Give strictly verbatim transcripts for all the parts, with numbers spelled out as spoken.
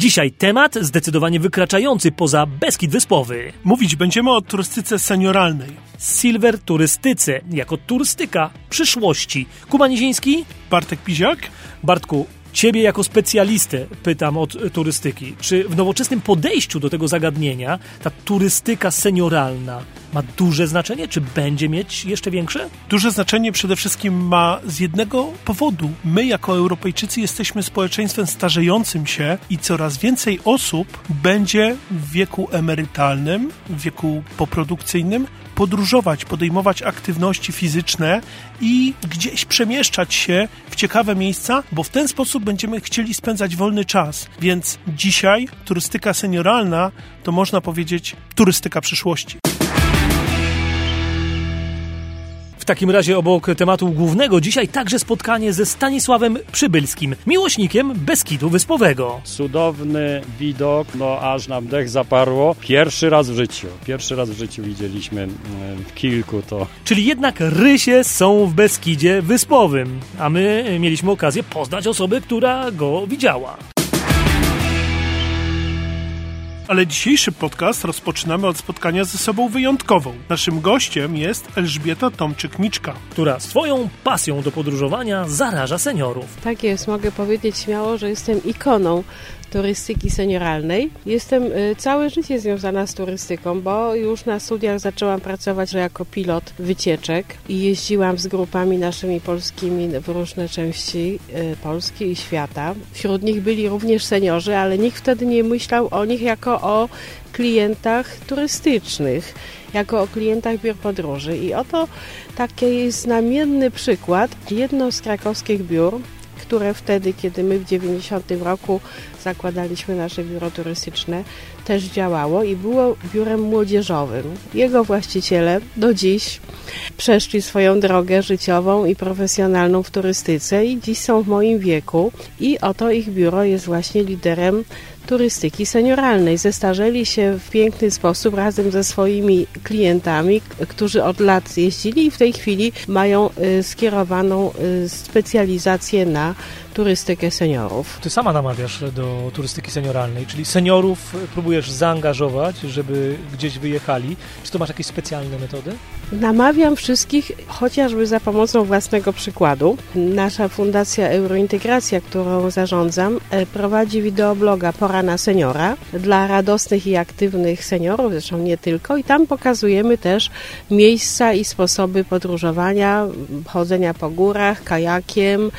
Dzisiaj temat zdecydowanie wykraczający poza Beskid Wyspowy. Mówić będziemy o turystyce senioralnej. Silver turystyce, jako turystyka przyszłości. Kuba Niziński? Bartek Piziak? Bartku, ciebie jako specjalistę pytam od turystyki. Czy w nowoczesnym podejściu do tego zagadnienia ta turystyka senioralna ma duże znaczenie? Czy będzie mieć jeszcze większe? Duże znaczenie przede wszystkim ma z jednego powodu. My jako Europejczycy jesteśmy społeczeństwem starzejącym się i coraz więcej osób będzie w wieku emerytalnym, w wieku poprodukcyjnym podróżować, podejmować aktywności fizyczne i gdzieś przemieszczać się w ciekawe miejsca, bo w ten sposób będziemy chcieli spędzać wolny czas. Więc dzisiaj turystyka senioralna to można powiedzieć turystyka przyszłości. W takim razie obok tematu głównego dzisiaj także spotkanie ze Stanisławem Przybylskim, miłośnikiem Beskidu Wyspowego. Cudowny widok, no aż nam dech zaparło. Pierwszy raz w życiu, pierwszy raz w życiu widzieliśmy w kilku to. Czyli jednak rysie są w Beskidzie Wyspowym, a my mieliśmy okazję poznać osobę, która go widziała. Ale dzisiejszy podcast rozpoczynamy od spotkania z osobą wyjątkową. Naszym gościem jest Elżbieta Tomczyk-Miczka, która swoją pasją do podróżowania zaraża seniorów. Tak jest, mogę powiedzieć śmiało, że jestem ikoną turystyki senioralnej. Jestem y, całe życie związana z turystyką, bo już na studiach zaczęłam pracować jako pilot wycieczek i jeździłam z grupami naszymi polskimi w różne części y, Polski i świata. Wśród nich byli również seniorzy, ale nikt wtedy nie myślał o nich jako o klientach turystycznych, jako o klientach biur podróży. I oto taki jest znamienny przykład. Jedno z krakowskich biur, które wtedy, kiedy my w dziewięćdziesiątym roku zakładaliśmy nasze biuro turystyczne, też działało i było biurem młodzieżowym. Jego właściciele do dziś przeszli swoją drogę życiową i profesjonalną w turystyce i dziś są w moim wieku i oto ich biuro jest właśnie liderem turystyki senioralnej. Zestarzeli się w piękny sposób razem ze swoimi klientami, którzy od lat jeździli i w tej chwili mają y, skierowaną y, specjalizację na turystykę seniorów. Ty sama namawiasz do turystyki senioralnej, czyli seniorów próbujesz zaangażować, żeby gdzieś wyjechali. Czy to masz jakieś specjalne metody? Namawiam wszystkich, chociażby za pomocą własnego przykładu. Nasza Fundacja Eurointegracja, którą zarządzam, prowadzi wideobloga Pora na seniora dla radosnych i aktywnych seniorów, zresztą nie tylko. I tam pokazujemy też miejsca i sposoby podróżowania, chodzenia po górach, kajakiem,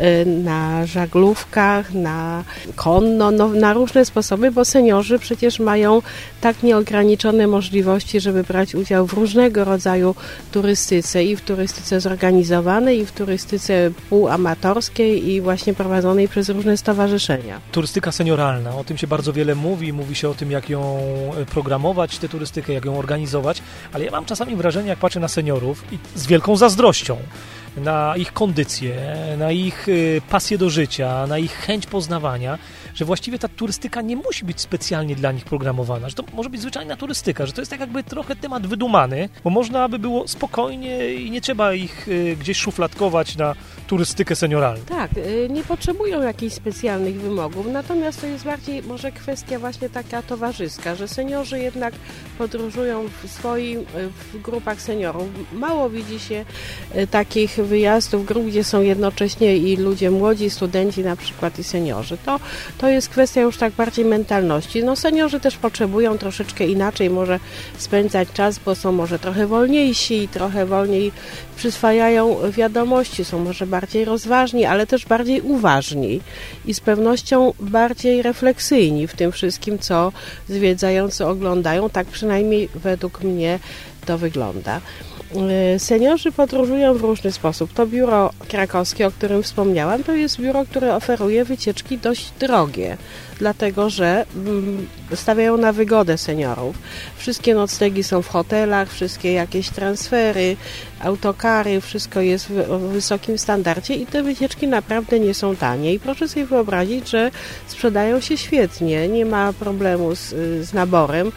na żaglówkach, na konno, no, na różne sposoby, bo seniorzy przecież mają tak nieograniczone możliwości, żeby brać udział w różnego rodzaju turystyce i w turystyce zorganizowanej, i w turystyce półamatorskiej i właśnie prowadzonej przez różne stowarzyszenia. Turystyka senioralna, o tym się bardzo wiele mówi, mówi się o tym, jak ją programować, tę turystykę, jak ją organizować, ale ja mam czasami wrażenie, jak patrzę na seniorów i z wielką zazdrością na ich kondycję, na ich pasję do życia, na ich chęć poznawania, że właściwie ta turystyka nie musi być specjalnie dla nich programowana, że to może być zwyczajna turystyka, że to jest tak jakby trochę temat wydumany, bo można by było spokojnie i nie trzeba ich gdzieś szufladkować na turystykę senioralną. Tak, nie potrzebują jakichś specjalnych wymogów, natomiast to jest bardziej może kwestia właśnie taka towarzyska, że seniorzy jednak podróżują w swoim, w grupach seniorów. Mało widzi się takich wyjazdów, grup, gdzie są jednocześnie i ludzie młodzi, studenci na przykład i seniorzy. To, to jest kwestia już tak bardziej mentalności. No seniorzy też potrzebują troszeczkę inaczej może spędzać czas, bo są może trochę wolniejsi i trochę wolniej przyswajają wiadomości, są może bardziej rozważni, ale też bardziej uważni i z pewnością bardziej refleksyjni w tym wszystkim, co zwiedzają, co oglądają. Tak przynajmniej według mnie to wygląda. Seniorzy podróżują w różny sposób. To biuro krakowskie, o którym wspomniałam, to jest biuro, które oferuje wycieczki dość drogie, dlatego że stawiają na wygodę seniorów. Wszystkie noclegi są w hotelach, wszystkie jakieś transfery, autokary, wszystko jest w wysokim standardzie i te wycieczki naprawdę nie są tanie. I proszę sobie wyobrazić, że sprzedają się świetnie, nie ma problemu z, z naborem.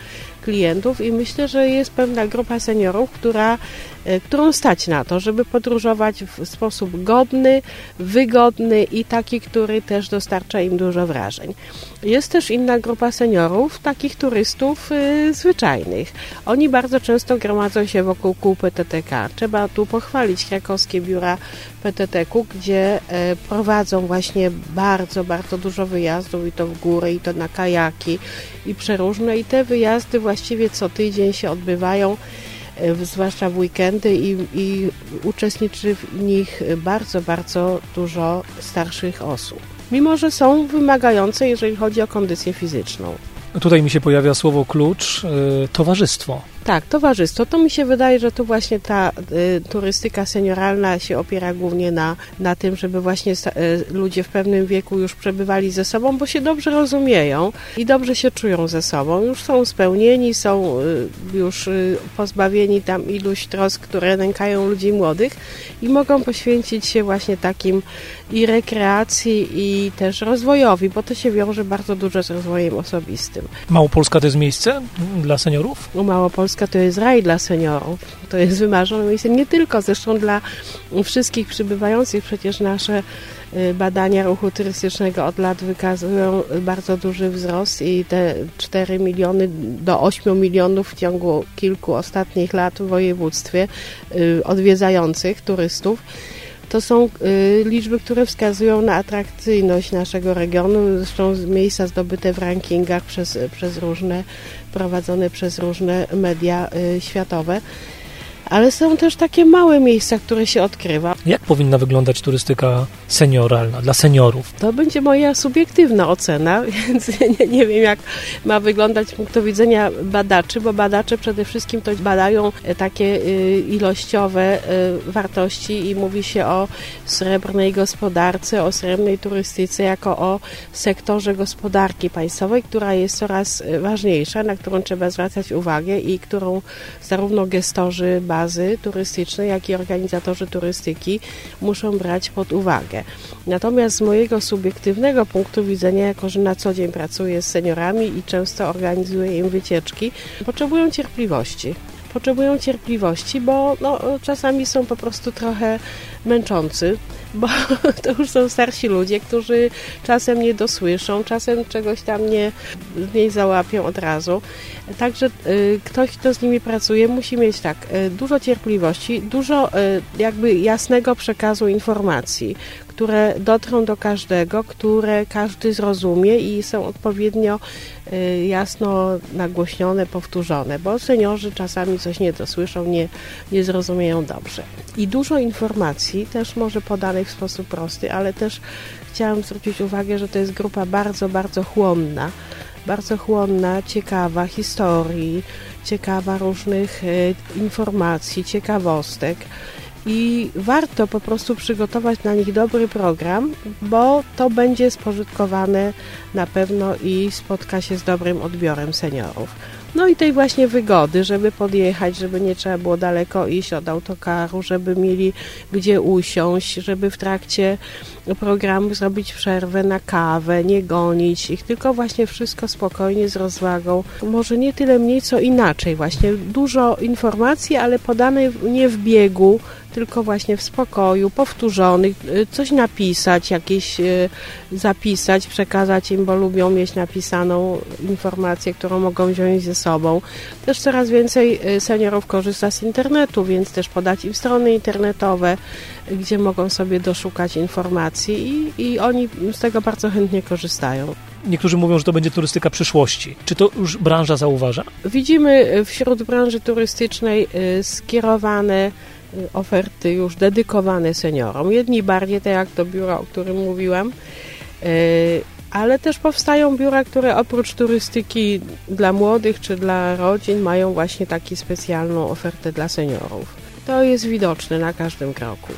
klientów i myślę, że jest pewna grupa seniorów, która, którą stać na to, żeby podróżować w sposób godny, wygodny i taki, który też dostarcza im dużo wrażeń. Jest też inna grupa seniorów, takich turystów y, zwyczajnych. Oni bardzo często gromadzą się wokół kół P T T K. Trzeba tu pochwalić krakowskie biura P T T K, gdzie y, prowadzą właśnie bardzo, bardzo dużo wyjazdów i to w góry, i to na kajaki i przeróżne. I te wyjazdy właściwie co tydzień się odbywają, y, zwłaszcza w weekendy i, i uczestniczy w nich bardzo, bardzo dużo starszych osób. Mimo że są wymagające, jeżeli chodzi o kondycję fizyczną. Tutaj mi się pojawia słowo klucz, yy, towarzystwo. Tak, towarzystwo. To mi się wydaje, że tu właśnie ta y, turystyka senioralna się opiera głównie na, na tym, żeby właśnie y, ludzie w pewnym wieku już przebywali ze sobą, bo się dobrze rozumieją i dobrze się czują ze sobą. Już są spełnieni, są y, już y, pozbawieni tam iluś trosk, które nękają ludzi młodych i mogą poświęcić się właśnie takim i rekreacji, i też rozwojowi, bo to się wiąże bardzo dużo z rozwojem osobistym. Małopolska to jest miejsce dla seniorów? Małopolska to jest raj dla seniorów. To jest wymarzone miejsce nie tylko zresztą dla wszystkich przybywających. Przecież nasze badania ruchu turystycznego od lat wykazują bardzo duży wzrost i te cztery miliony do ośmiu milionów w ciągu kilku ostatnich lat w województwie odwiedzających turystów. To są y, liczby, które wskazują na atrakcyjność naszego regionu, zresztą miejsca zdobyte w rankingach przez, przez różne, prowadzone przez różne media y, światowe. Ale są też takie małe miejsca, które się odkrywa. Jak powinna wyglądać turystyka senioralna dla seniorów? To będzie moja subiektywna ocena, więc nie, nie wiem, jak ma wyglądać z punktu widzenia badaczy, bo badacze przede wszystkim to badają takie ilościowe wartości i mówi się o srebrnej gospodarce, o srebrnej turystyce jako o sektorze gospodarki państwowej, która jest coraz ważniejsza, na którą trzeba zwracać uwagę i którą zarówno gestorzy bazy turystycznej, jak i organizatorzy turystyki muszą brać pod uwagę. Natomiast z mojego subiektywnego punktu widzenia, jako że na co dzień pracuję z seniorami i często organizuję im wycieczki, potrzebują cierpliwości. Potrzebują cierpliwości, bo no, czasami są po prostu trochę męczący, bo to już są starsi ludzie, którzy czasem nie dosłyszą, czasem czegoś tam nie, nie załapią od razu. Także y, ktoś, kto z nimi pracuje, musi mieć tak, y, dużo cierpliwości, dużo y, jakby jasnego przekazu informacji, które dotrą do każdego, które każdy zrozumie i są odpowiednio y, jasno nagłośnione, powtórzone, bo seniorzy czasami coś nie dosłyszą, nie, nie zrozumieją dobrze. I dużo informacji, też może podanych w sposób prosty, ale też chciałam zwrócić uwagę, że to jest grupa bardzo, bardzo chłonna, bardzo chłonna, ciekawa historii, ciekawa różnych y, informacji, ciekawostek. I warto po prostu przygotować na nich dobry program, bo to będzie spożytkowane na pewno i spotka się z dobrym odbiorem seniorów. No i tej właśnie wygody, żeby podjechać, żeby nie trzeba było daleko iść od autokaru, żeby mieli gdzie usiąść, żeby w trakcie programu zrobić przerwę na kawę, nie gonić ich, tylko właśnie wszystko spokojnie, z rozwagą. Może nie tyle mniej, co inaczej właśnie. Dużo informacji, ale podane nie w biegu, tylko właśnie w spokoju, powtórzonych, coś napisać, jakieś zapisać, przekazać im, bo lubią mieć napisaną informację, którą mogą wziąć ze sobą. Też coraz więcej seniorów korzysta z internetu, więc też podać im strony internetowe, gdzie mogą sobie doszukać informacji i, i oni z tego bardzo chętnie korzystają. Niektórzy mówią, że to będzie turystyka przyszłości. Czy to już branża zauważa? Widzimy wśród branży turystycznej skierowane oferty już dedykowane seniorom. Jedni bardziej, tak jak to biuro, o którym mówiłam, ale też powstają biura, które oprócz turystyki dla młodych czy dla rodzin mają właśnie taką specjalną ofertę dla seniorów. To jest widoczne na każdym kroku.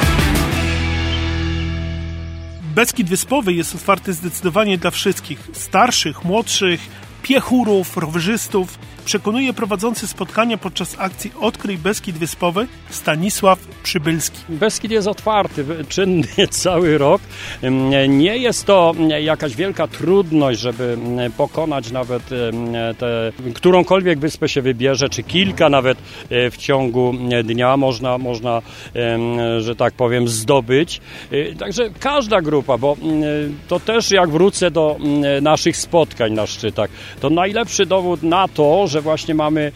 Beskid Wyspowy jest otwarty zdecydowanie dla wszystkich, starszych, młodszych, piechurów, rowerzystów. przekonuje prowadzący spotkania podczas akcji Odkryj Beskid Wyspowy Stanisław Przybylski. Beskid jest otwarty, czynny cały rok. Nie jest to jakaś wielka trudność, żeby pokonać nawet tę, którąkolwiek wyspę się wybierze, czy kilka nawet w ciągu dnia można, można, że tak powiem, zdobyć. Także każda grupa, bo to też jak wrócę do naszych spotkań na szczytach, to najlepszy dowód na to, że właśnie mamy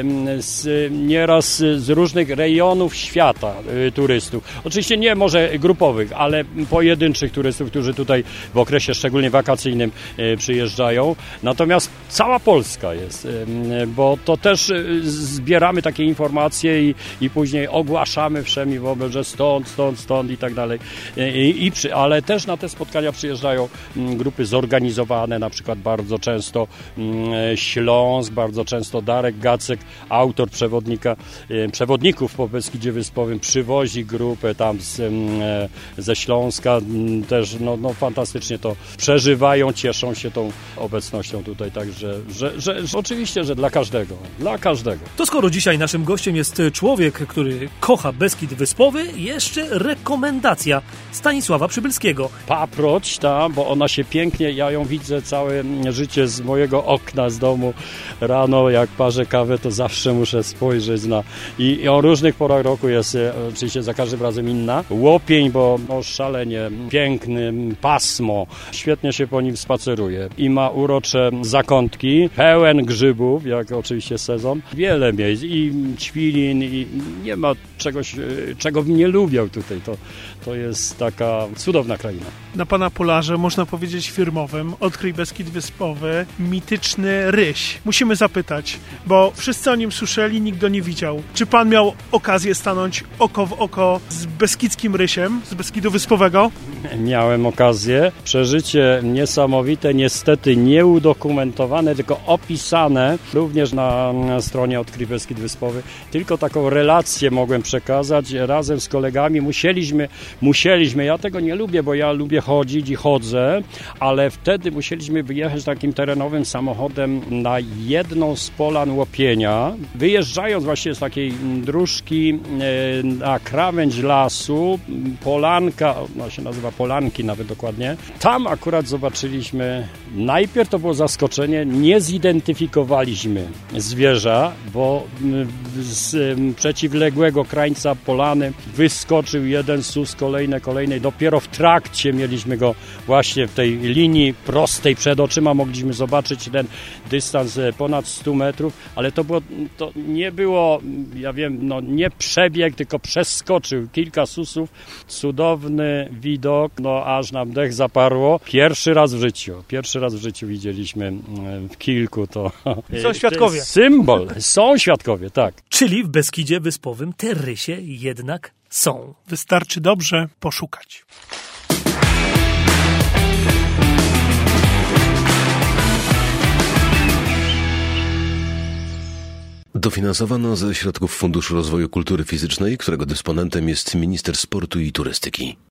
z, nieraz z różnych rejonów świata turystów. Oczywiście nie może grupowych, ale pojedynczych turystów, którzy tutaj w okresie szczególnie wakacyjnym przyjeżdżają. Natomiast cała Polska jest, bo to też zbieramy takie informacje i, i później ogłaszamy wszemi wobec, że stąd, stąd, stąd i tak dalej. I, i przy, ale też na te spotkania przyjeżdżają grupy zorganizowane, na przykład bardzo często Śląsk, bardzo często Darek Gacek, autor przewodnika, przewodników po Beskidzie Wyspowym, przywozi grupę tam z, ze Śląska, też no, no, fantastycznie to przeżywają, cieszą się tą obecnością tutaj, także że, że, że oczywiście, że dla każdego, dla każdego. To skoro dzisiaj naszym gościem jest człowiek, który kocha Beskid Wyspowy, jeszcze rekomendacja Stanisława Przybylskiego. Paproć ta, bo ona się pięknie, ja ją widzę całe życie z mojego okna z domu. Rano jak parzę kawę, to zawsze muszę spojrzeć na i, i o różnych porach roku jest oczywiście za każdym razem inna. Łopień, bo no, szalenie piękny, pasmo, świetnie się po nim spaceruje i ma urocze zakątki, pełen grzybów, jak oczywiście sezon, wiele miejsc i ćwilin i nie ma czegoś, czego bym nie lubiał tutaj. To, to jest taka cudowna kraina. Na pana polarze, można powiedzieć firmowym, Odkryj Beskid Wyspowy, mityczny ryś. Musimy zapytać, bo wszyscy o nim słyszeli, nikt go nie widział. Czy pan miał okazję stanąć oko w oko z beskidzkim rysiem, z Beskidu Wyspowego? Miałem okazję. Przeżycie niesamowite, niestety nieudokumentowane, tylko opisane również na, na stronie Odkryj Beskid Wyspowy. Tylko taką relację mogłem przekazać. Razem z kolegami musieliśmy, musieliśmy, ja tego nie lubię, bo ja lubię chodzić i chodzę, ale wtedy musieliśmy wyjechać takim terenowym samochodem na jedną z polan łopienia. Wyjeżdżając właśnie z takiej dróżki na krawędź lasu, polanka, ona się nazywa Polanki nawet dokładnie, tam akurat zobaczyliśmy, najpierw to było zaskoczenie, nie zidentyfikowaliśmy zwierza, bo z przeciwległego krańca polany wyskoczył jeden sus, kolejne, kolejne. Dopiero w trakcie mieliśmy go właśnie w tej linii prostej przed oczyma, mogliśmy zobaczyć ten dystans ponad stu metrów, ale to było, to nie było, ja wiem, no nie przebieg, tylko przeskoczył kilka susów. Cudowny widok, no aż nam dech zaparło. Pierwszy raz w życiu, pierwszy raz w życiu widzieliśmy w kilku to. Są świadkowie. To symbol, są świadkowie, tak. Czyli w Beskidzie Wyspowym te rysie jednak są. Wystarczy dobrze poszukać. Dofinansowano ze środków Funduszu Rozwoju Kultury Fizycznej, którego dysponentem jest Minister Sportu i Turystyki.